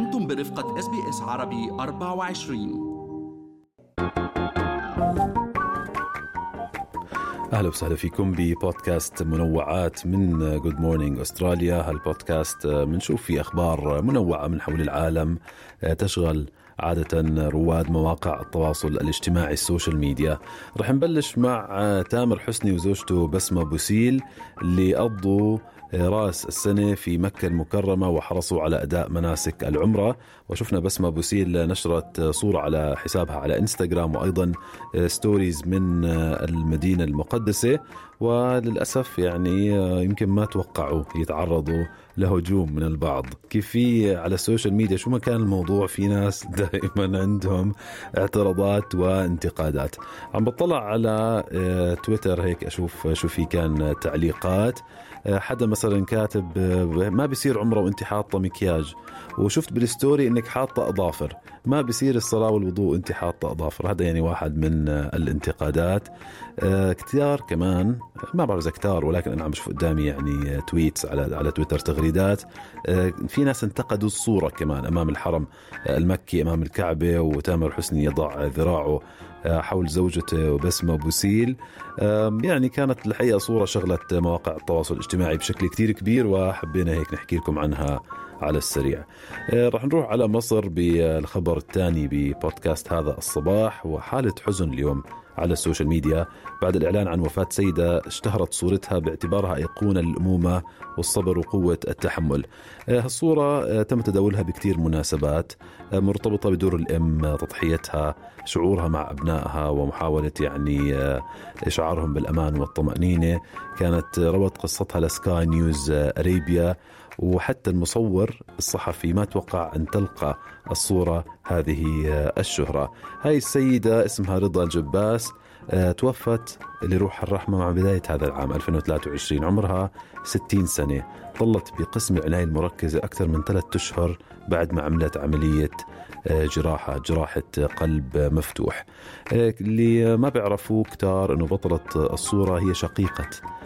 أنتم برفقة SBS عربي 24. أهلا وسهلا فيكم ببودكاست منوعات من Good Morning أستراليا. هالبودكاست منشوف فيه أخبار منوعة من حول العالم تشغل عادة رواد مواقع التواصل الاجتماعي السوشيال ميديا. رح نبلش مع تامر حسني وزوجته بسمة بوسيل اللي قضوا رأس السنة في مكة المكرمة وحرصوا على أداء مناسك العمرة. وشفنا بسمة بوسيل نشرت صورة على حسابها على إنستغرام وأيضا ستوريز من المدينة المقدسة، وللأسف يعني يمكن ما توقعوا يتعرضوا لهجوم من البعض. كيف في على السوشيال ميديا شو ما كان الموضوع، في ناس دائما عندهم اعتراضات وانتقادات. عم بطلع على تويتر هيك أشوف شو في كان تعليقات. حدا مثلا كاتب ما بيصير عمره وانت حاطة مكياج، وشفت بالستوري انك حاطة اظافر، ما بيصير الصلاة والوضوء انت حاطة اظافر. هذا يعني واحد من الانتقادات. كتار كمان ما بعرف اذا كتار، ولكن انا عم بشوف قدامي يعني تويتس على تويتر، تغريدات. في ناس انتقدوا الصورة كمان امام الحرم المكي امام الكعبة، وتامر حسني يضع ذراعه حول زوجته وبسمة بوسيل. يعني كانت الحقيقة صورة شغلت مواقع التواصل الاجتماعي بشكل كتير كبير، وحبينا هيك نحكي لكم عنها على السريع. رح نروح على مصر بالخبر الثاني ببودكاست هذا الصباح، وحالة حزن اليوم على السوشيال ميديا بعد الإعلان عن وفاة سيدة اشتهرت صورتها باعتبارها أيقونة للأمومة والصبر وقوة التحمل. هالصورة تم تداولها بكتير مناسبات مرتبطة بدور الأم، تضحيتها، شعورها مع أبنائها، ومحاولة يعني إشعارهم بالأمان والطمأنينة. كانت روت قصتها لسكاي نيوز أريبيا، وحتى المصور الصحفي ما توقع أن تلقى الصورة هذه الشهرة. هاي السيدة اسمها رضا الجباس، توفت لروح الرحمة مع بداية هذا العام 2023، عمرها 60 سنة. ظلت بقسم العناية المركزة أكثر من 3 أشهر بعد ما عملت عملية جراحة قلب مفتوح. اللي ما بيعرفوا كتار أنه بطلة الصورة هي شقيقة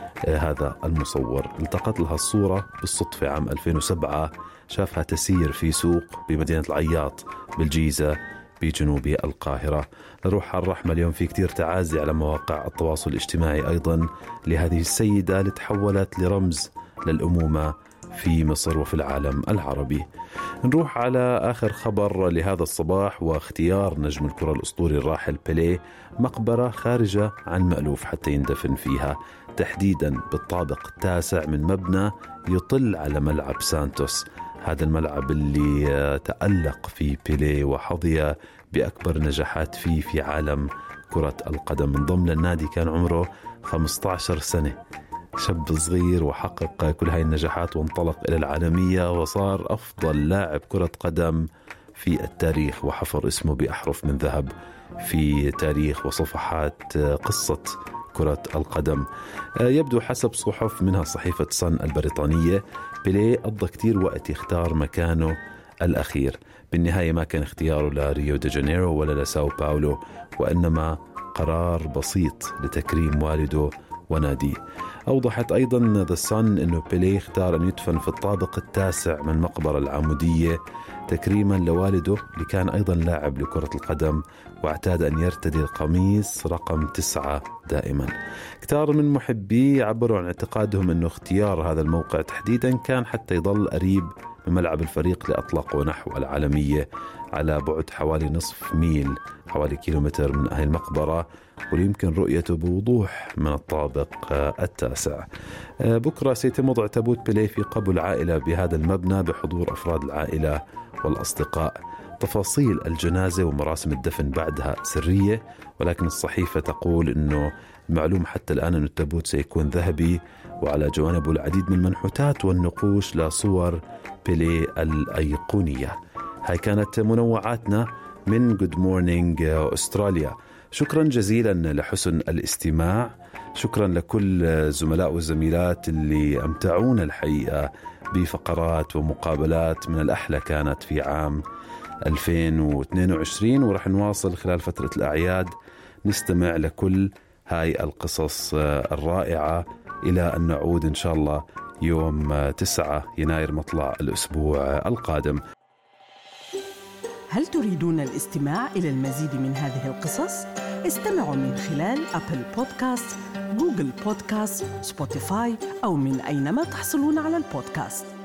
هذا المصور. التقط لها الصورة بالصدفة عام 2007، شافها تسير في سوق بمدينة العياط بالجيزة بجنوب القاهرة. روح الرحمة اليوم في كتير تعازي على مواقع التواصل الاجتماعي أيضا لهذه السيدة اللي تحولت لرمز للأمومة في مصر وفي العالم العربي. نروح على آخر خبر لهذا الصباح، واختيار نجم الكرة الأسطوري الراحل بيليه مقبرة خارجة عن مألوف حتى يندفن فيها، تحديدا بالطابق 9 من مبنى يطل على ملعب سانتوس. هذا الملعب اللي تألق فيه بيليه وحظي بأكبر نجاحات فيه في عالم كرة القدم. انضم للنادي كان عمره 15 سنة، شاب صغير وحقق كل هاي النجاحات وانطلق إلى العالمية وصار أفضل لاعب كرة قدم في التاريخ، وحفر اسمه بأحرف من ذهب في تاريخ وصفحات قصة كرة القدم. يبدو حسب صحف منها صحيفة صن البريطانية بيليه قضى كتير وقت يختار مكانه الأخير. بالنهاية ما كان اختياره لريو دي جانيرو ولا لساو باولو، وإنما قرار بسيط لتكريم والده وناديه. أوضحت أيضا ذا صن أنه بيليه اختار أن يدفن في الطابق 9 من مقبرة العمودية تكريما لوالده اللي كان أيضا لاعب لكرة القدم، واعتاد أن يرتدي القميص رقم 9 دائما. كتار من محبيه عبروا عن اعتقادهم أنه اختيار هذا الموقع تحديدا كان حتى يضل قريب من ملعب الفريق اللي أطلقه نحو العالمية على بعد حوالي نصف ميل، حوالي كيلومتر من أهل المقبرة، ويمكن رؤيته بوضوح من الطابق 9. بكرة سيتم وضع تابوت بيليه في قبو العائلة بهذا المبنى بحضور أفراد العائلة والأصدقاء. تفاصيل الجنازة ومراسم الدفن بعدها سرية، ولكن الصحيفة تقول أنه معلوم حتى الآن أن التابوت سيكون ذهبي، وعلى جوانبه العديد من المنحوتات والنقوش لصور بيليه الأيقونية. هاي كانت منوعاتنا من Good Morning أستراليا. شكرا جزيلا لحسن الاستماع، شكرا لكل الزملاء والزميلات اللي أمتعونا الحقيقة بفقرات ومقابلات من الأحلى كانت في عام 2022، ورح نواصل خلال فترة الأعياد نستمع لكل هاي القصص الرائعة إلى أن نعود إن شاء الله يوم 9 يناير مطلع الأسبوع القادم. هل تريدون الاستماع إلى المزيد من هذه القصص؟ استمعوا من خلال أبل بودكاست، جوجل بودكاست، سبوتيفاي أو من أينما تحصلون على البودكاست.